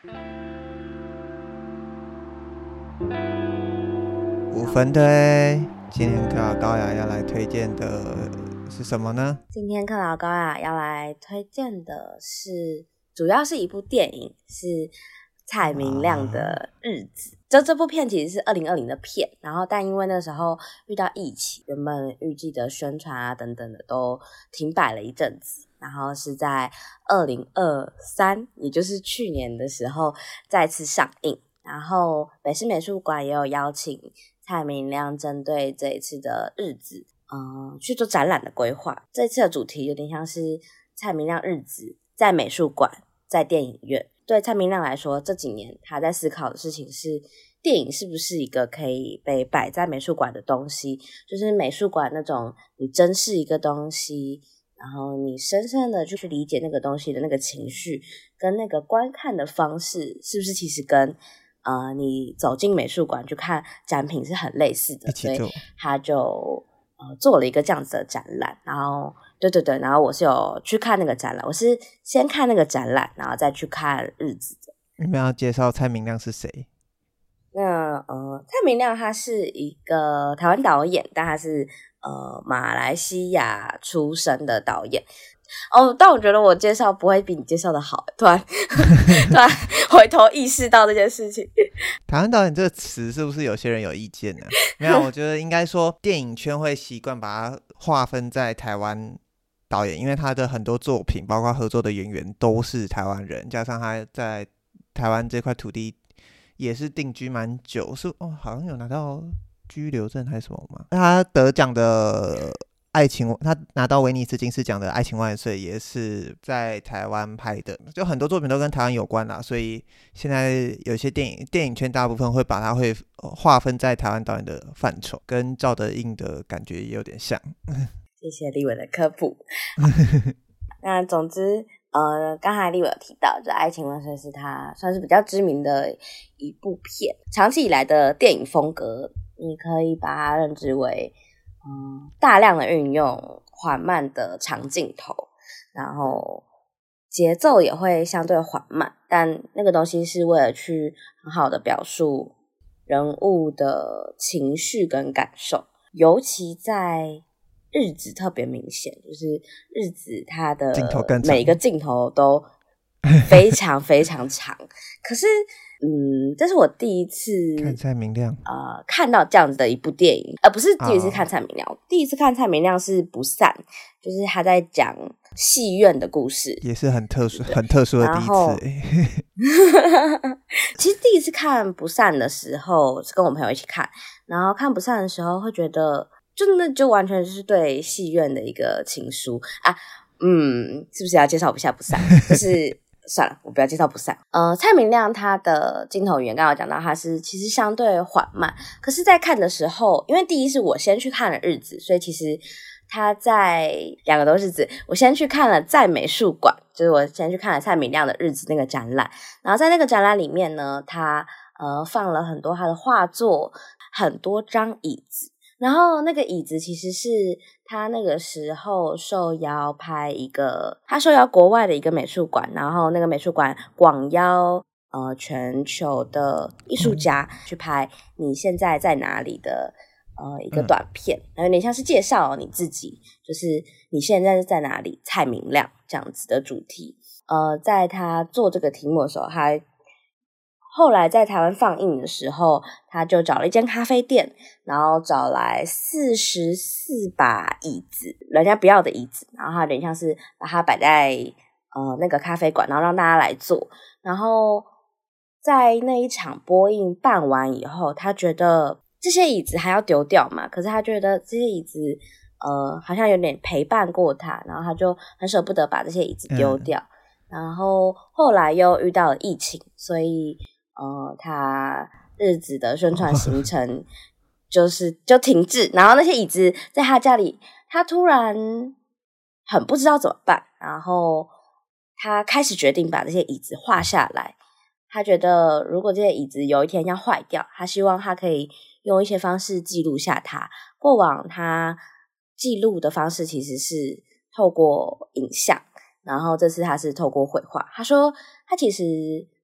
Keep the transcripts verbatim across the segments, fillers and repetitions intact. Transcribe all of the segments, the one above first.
五分的欸，今天克劳高雅要来推荐的是什么呢？ 今天克劳高雅要来推荐的是，主要是一部电影，是蔡明亮的《日子》。就这部片其实是二零二零的片，然后但因为那时候遇到疫情，原本预计的宣传啊等等的都停摆了一阵子，然后是在二零二三，也就是去年的时候再次上映。然后北市美术馆也有邀请蔡明亮针对这一次的日子嗯，去做展览的规划。这次的主题有点像是蔡明亮日子在美术馆，在电影院。对蔡明亮来说，这几年他在思考的事情是，电影是不是一个可以被摆在美术馆的东西，就是美术馆那种你珍视一个东西，然后你深深的去理解那个东西的那个情绪跟那个观看的方式，是不是其实跟呃，你走进美术馆去看展品是很类似的，所以他就呃做了一个这样子的展览。然后，对对对，然后我是有去看那个展览，我是先看那个展览，然后再去看日子的。 你们要介绍蔡明亮是谁？ 那呃，蔡明亮他是一个台湾导演，但他是呃马来西亚出生的导演。哦，但我觉得我介绍不会比你介绍的好，突然突然回头意识到这件事情。 台湾导演这个词是不是有些人有意见呢？没有，我觉得应该说电影圈会习惯把它划分在台湾导演，因为他的很多作品包括合作的演员都是台湾人，加上他在台湾这块土地也是定居蛮久，是哦，好像有拿到居留证还是什么嘛。他得奖的爱情，他拿到威尼斯金狮奖的《爱情万岁》也是在台湾拍的，就很多作品都跟台湾有关啦，所以现在有些电影电影圈大部分会把它会划分在台湾导演的范畴，跟赵德胤的感觉也有点像。 谢谢立伟的科普。那总之呃，刚才立伟有提到这《爱情万岁》是他算是比较知名的一部片，长期以来的电影风格你可以把它认知为嗯，大量的运用缓慢的长镜头，然后节奏也会相对缓慢，但那个东西是为了去很好的表述人物的情绪跟感受，尤其在日子特别明显，就是日子它的每一个镜头都非常非常长，可是嗯，这是我第一次看蔡明亮呃看到这样子的一部电影，而、呃、不是第一次看蔡明亮、oh. 第一次看蔡明亮是不散，就是他在讲戏院的故事， 也是很特殊很特殊的第一次、欸、 其实第一次看不散的时候是跟我朋友一起看，然后看不散的时候会觉得就那就完全就是对戏院的一个情书啊。嗯，是不是要介绍一下不散？就是算了，我不要介绍不散。呃，蔡明亮他的镜头语言刚刚讲到，他是其实相对缓慢，可是在看的时候，因为第一是我先去看了日子，所以其实他在两个都是日子，我先去看了在美术馆，就是我先去看了蔡明亮的日子那个展览，然后在那个展览里面呢，他呃放了很多他的画作，很多张椅子。然后那个椅子其实是他那个时候受邀拍一个，他受邀国外的一个美术馆，然后那个美术馆广邀呃全球的艺术家去拍你现在在哪里的呃一个短片，有点像是介绍你自己，就是你现在在哪里，蔡明亮这样子的主题。呃，在他做这个题目的时候，他后来在台湾放映的时候，他就找了一间咖啡店，然后找来四十四把椅子，人家不要的椅子，然后他有点像是把它摆在呃那个咖啡馆，然后让大家来坐。然后在那一场播映办完以后，他觉得这些椅子还要丢掉嘛，可是他觉得这些椅子呃好像有点陪伴过他，然后他就很舍不得把这些椅子丢掉、嗯、然后后来又遇到了疫情，所以呃，他日子的宣传行程就是就停滞，然后那些椅子在他家里，他突然很不知道怎么办，然后他开始决定把这些椅子画下来。他觉得如果这些椅子有一天要坏掉，他希望他可以用一些方式记录下它。过往他记录的方式其实是透过影像，然后这次他是透过绘画。他说他其实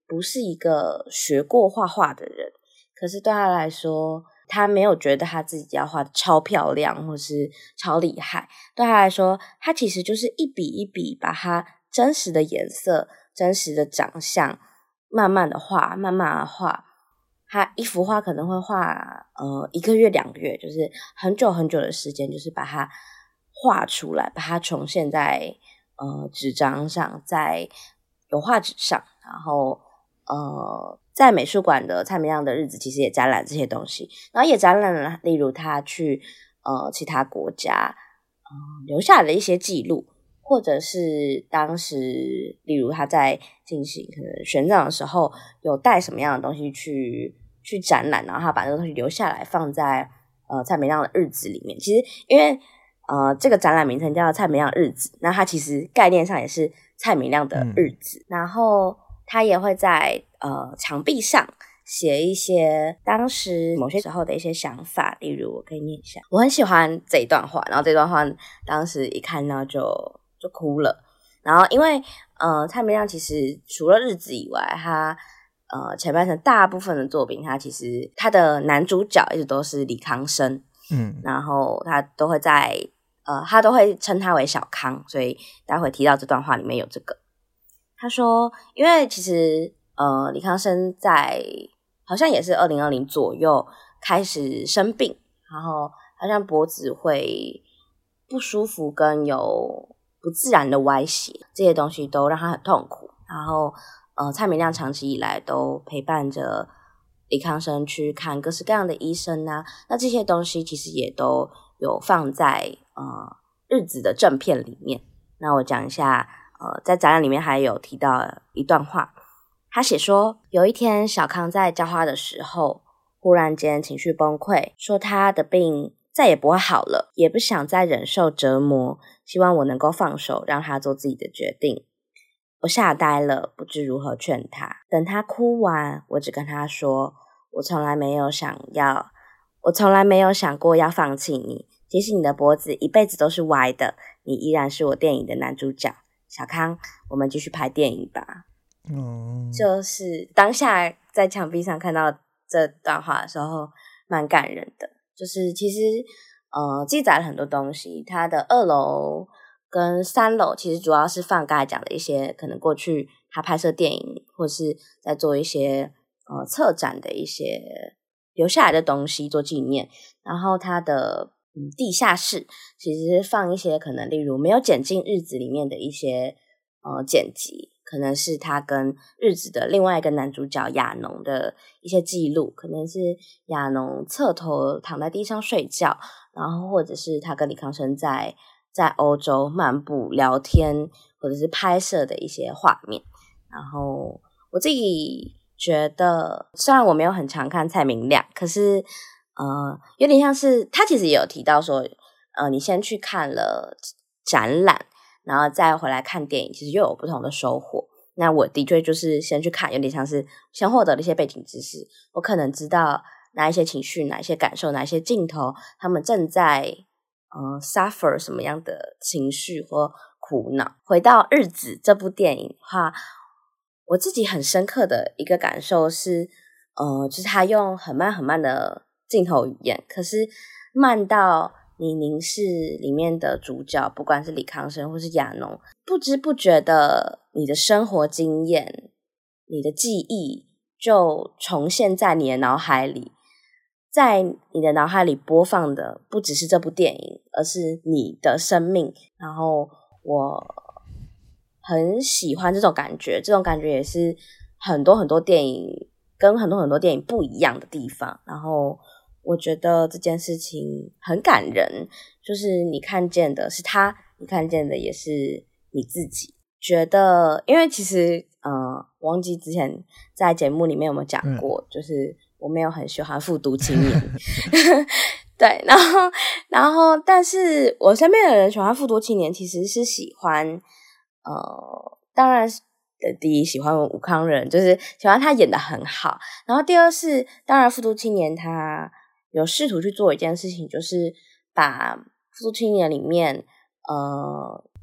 不是一个学过画画的人，可是对他来说，他没有觉得他自己要画的超漂亮或是超厉害，对他来说，他其实就是一笔一笔把他真实的颜色、真实的长相慢慢的画，慢慢的画。他一幅画可能会画呃一个月两个月，就是很久很久的时间，就是把它画出来，把它重现在呃纸张上，在油画纸上，然后呃在美术馆的蔡明亮的日子其实也展览这些东西，然后也展览了例如他去呃其他国家呃留下的一些记录，或者是当时例如他在进行可能旋转的时候有带什么样的东西去去展览，然后他把那个东西留下来放在呃蔡明亮的日子里面。其实因为呃这个展览名称叫蔡明亮日子，那它其实概念上也是蔡明亮的日子、嗯、然后他也会在呃墙壁上写一些当时某些时候的一些想法，例如我可以念一下，我很喜欢这一段话，然后这段话当时一看到就就哭了。然后因为呃蔡明亮其实除了日子以外，他呃前半生大部分的作品，他其实他的男主角一直都是李康生，嗯，然后他都会在呃他都会称他为小康，所以待会提到这段话里面有这个。他说因为其实呃李康生在好像也是二零二零左右开始生病，然后好像脖子会不舒服跟有不自然的歪斜，这些东西都让他很痛苦。然后呃蔡明亮长期以来都陪伴着李康生去看各式各样的医生啊，那这些东西其实也都有放在呃日子的正片里面。那我讲一下呃在展览里面还有提到一段话，他写说有一天小康在浇花的时候忽然间情绪崩溃，说他的病再也不会好了，也不想再忍受折磨，希望我能够放手让他做自己的决定。我吓呆了，不知如何劝他。等他哭完，我只跟他说，我从来没有想要我从来没有想过要放弃你，即使你的脖子一辈子都是歪的，你依然是我电影的男主角。小康，我们继续拍电影吧。嗯，就是当下在墙壁上看到这段话的时候蛮感人的，就是其实呃记载了很多东西。它的二楼跟三楼其实主要是放刚才讲的一些可能过去他拍摄电影或是在做一些呃策展的一些留下来的东西做纪念。然后它的嗯地下室其实放一些可能例如没有剪进日子里面的一些呃剪辑，可能是他跟日子的另外一个男主角亚农的一些记录，可能是亚农侧头躺在地上睡觉，然后或者是他跟李康生在在欧洲漫步聊天或者是拍摄的一些画面。然后我自己觉得虽然我没有很常看蔡明亮，可是呃有点像是他其实也有提到说呃你先去看了展览然后再回来看电影，其实又有不同的收获。那我的确就是先去看，有点像是先获得了一些背景知识，我可能知道哪一些情绪，哪一些感受，哪一些镜头他们正在呃 suffer 什么样的情绪或苦恼。回到日子这部电影的话，我自己很深刻的一个感受是呃，就是他用很慢很慢的镜头语言，可是慢到你凝视里面的主角，不管是李康生或是亚农，不知不觉的你的生活经验，你的记忆就重现在你的脑海里，在你的脑海里播放的不只是这部电影，而是你的生命。然后我很喜欢这种感觉，这种感觉也是很多很多电影跟很多很多电影不一样的地方。然后我觉得这件事情很感人，就是你看见的是他，你看见的也是你自己。觉得因为其实呃，忘记之前在节目里面有没有讲过、嗯、就是我没有很喜欢复读青年对，然后然后但是我身边的人喜欢复读青年其实是喜欢呃，当然第一喜欢吴慷仁，就是喜欢他演得很好，然后第二是当然复读青年他有试图去做一件事情，就是把复读青年里面呃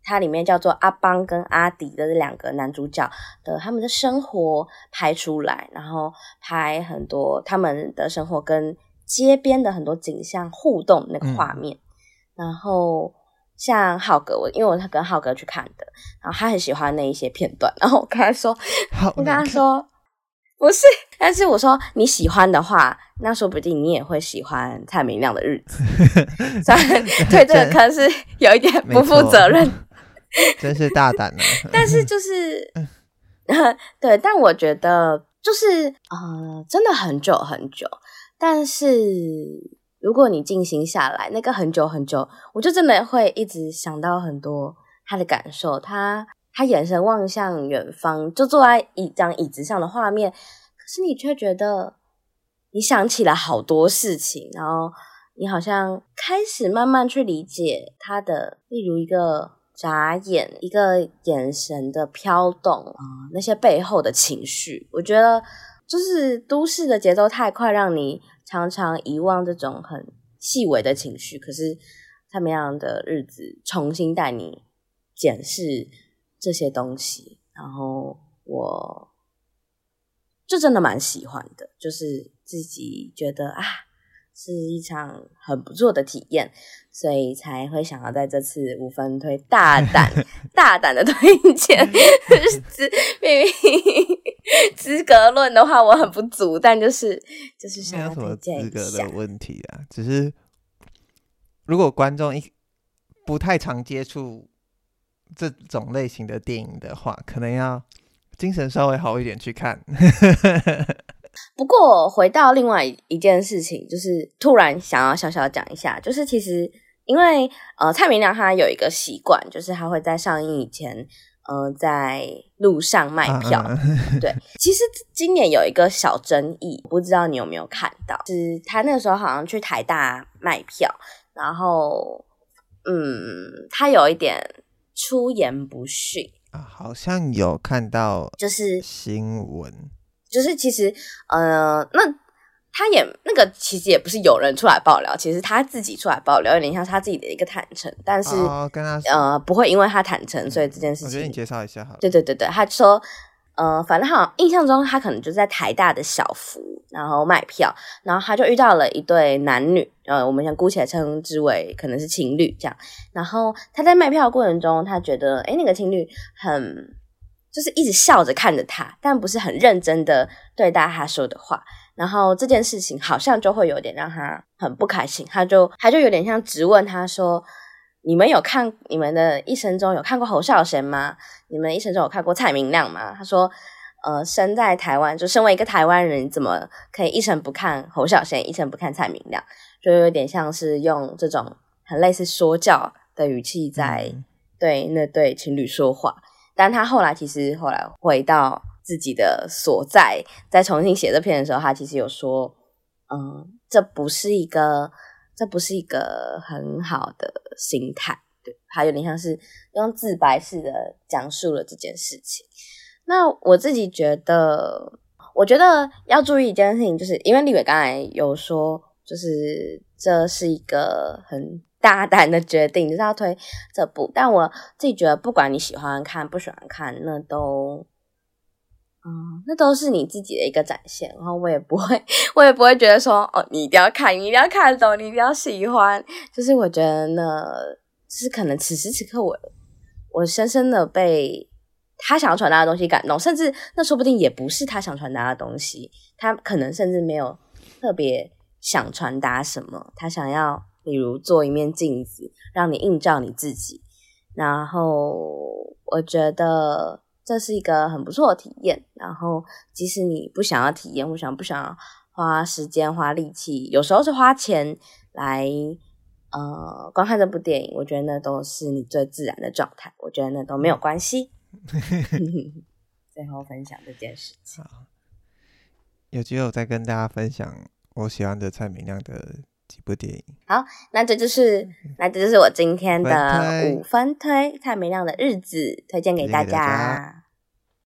它里面叫做阿邦跟阿迪的这两个男主角的他们的生活拍出来，然后拍很多他们的生活跟街边的很多景象互动那个画面、嗯、然后像浩哥，我因为我跟浩哥去看的，然后他很喜欢那一些片段，然后我跟他说我跟他说不是，但是我说你喜欢的话，那说不定你也会喜欢蔡明亮的日子。虽然对这个可能是有一点不负责任， 真是大胆啊！ 但是就是对，但我觉得就是呃，真的很久很久。但是如果你静心下来，那个很久很久，我就真的会一直想到很多他的感受，他。他眼神望向远方，就坐在一张椅子上的画面，可是你却觉得你想起了好多事情，然后你好像开始慢慢去理解他的，例如一个眨眼，一个眼神的飘动、呃、那些背后的情绪。我觉得就是都市的节奏太快，让你常常遗忘这种很细微的情绪，可是他们样的日子重新带你检视这些东西，然后我就真的蛮喜欢的，就是自己觉得啊，是一场很不错的体验，所以才会想要在这次五分推大胆大胆的推荐。明明资格论的话我很不足，但就是就是想要推荐一下。没有什么资格的问题啊，只是如果观众一不太常接触这种类型的电影的话，可能要精神稍微好一点去看。 不过回到另外一件事情，就是突然想要小小讲一下，就是其实因为呃蔡明亮他有一个习惯，就是他会在上映以前呃在路上卖票、啊嗯、对，其实今年有一个小争议，不知道你有没有看到，是他那个时候好像去台大卖票，然后嗯他有一点出言不逊啊，好像有看到， 就是新闻， 就是其实呃，那他也那个其实也不是有人出来爆料，其实他自己出来爆料，有点像他自己的一个坦诚，但是、 哦、跟他呃不会因为他坦诚，所以这件事情， 我觉得你介绍一下好了。 对对对对，他说呃，反正好像印象中他可能就在台大的小福，然后卖票，然后他就遇到了一对男女，呃，我们想姑且称之为可能是情侣这样。然后他在卖票的过程中，他觉得诶那个情侣很就是一直笑着看着他，但不是很认真的对待他说的话。然后这件事情好像就会有点让他很不开心，他就他就有点像质问他说，你们有看你们的一生中有看过侯孝贤吗？你们一生中有看过蔡明亮吗？他说呃，生在台湾，就身为一个台湾人，怎么可以一生不看侯孝贤，一生不看蔡明亮？就有点像是用这种很类似说教的语气在对那对情侣说话。但他后来其实后来回到自己的所在，在重新写这篇的时候，他其实有说嗯，这不是一个这不是一个很好的心态，对，他有点像是用自白式的讲述了这件事情。那我自己觉得我觉得要注意一件事情，就是因为立伟刚才有说就是这是一个很大胆的决定，就是要推这部，但我自己觉得不管你喜欢看不喜欢看，那都嗯，那都是你自己的一个展现，然后我也不会我也不会觉得说哦，你一定要看，你一定要看懂，你一定要喜欢，就是我觉得呢，就是可能此时此刻我我深深的被他想要传达的东西感动，甚至那说不定也不是他想传达的东西，他可能甚至没有特别想传达什么，他想要比如做一面镜子让你映照你自己，然后我觉得这是一个很不错的体验，然后即使你不想要体验，我想不想要花时间花力气，有时候是花钱来呃观看这部电影，我觉得那都是你最自然的状态，我觉得那都没有关系。最后分享这件事情， 有机会我再跟大家分享我喜欢的蔡明亮的几部电影。 好，那这就是那这就是我今天的五分推蔡明亮的日子，推荐给大家。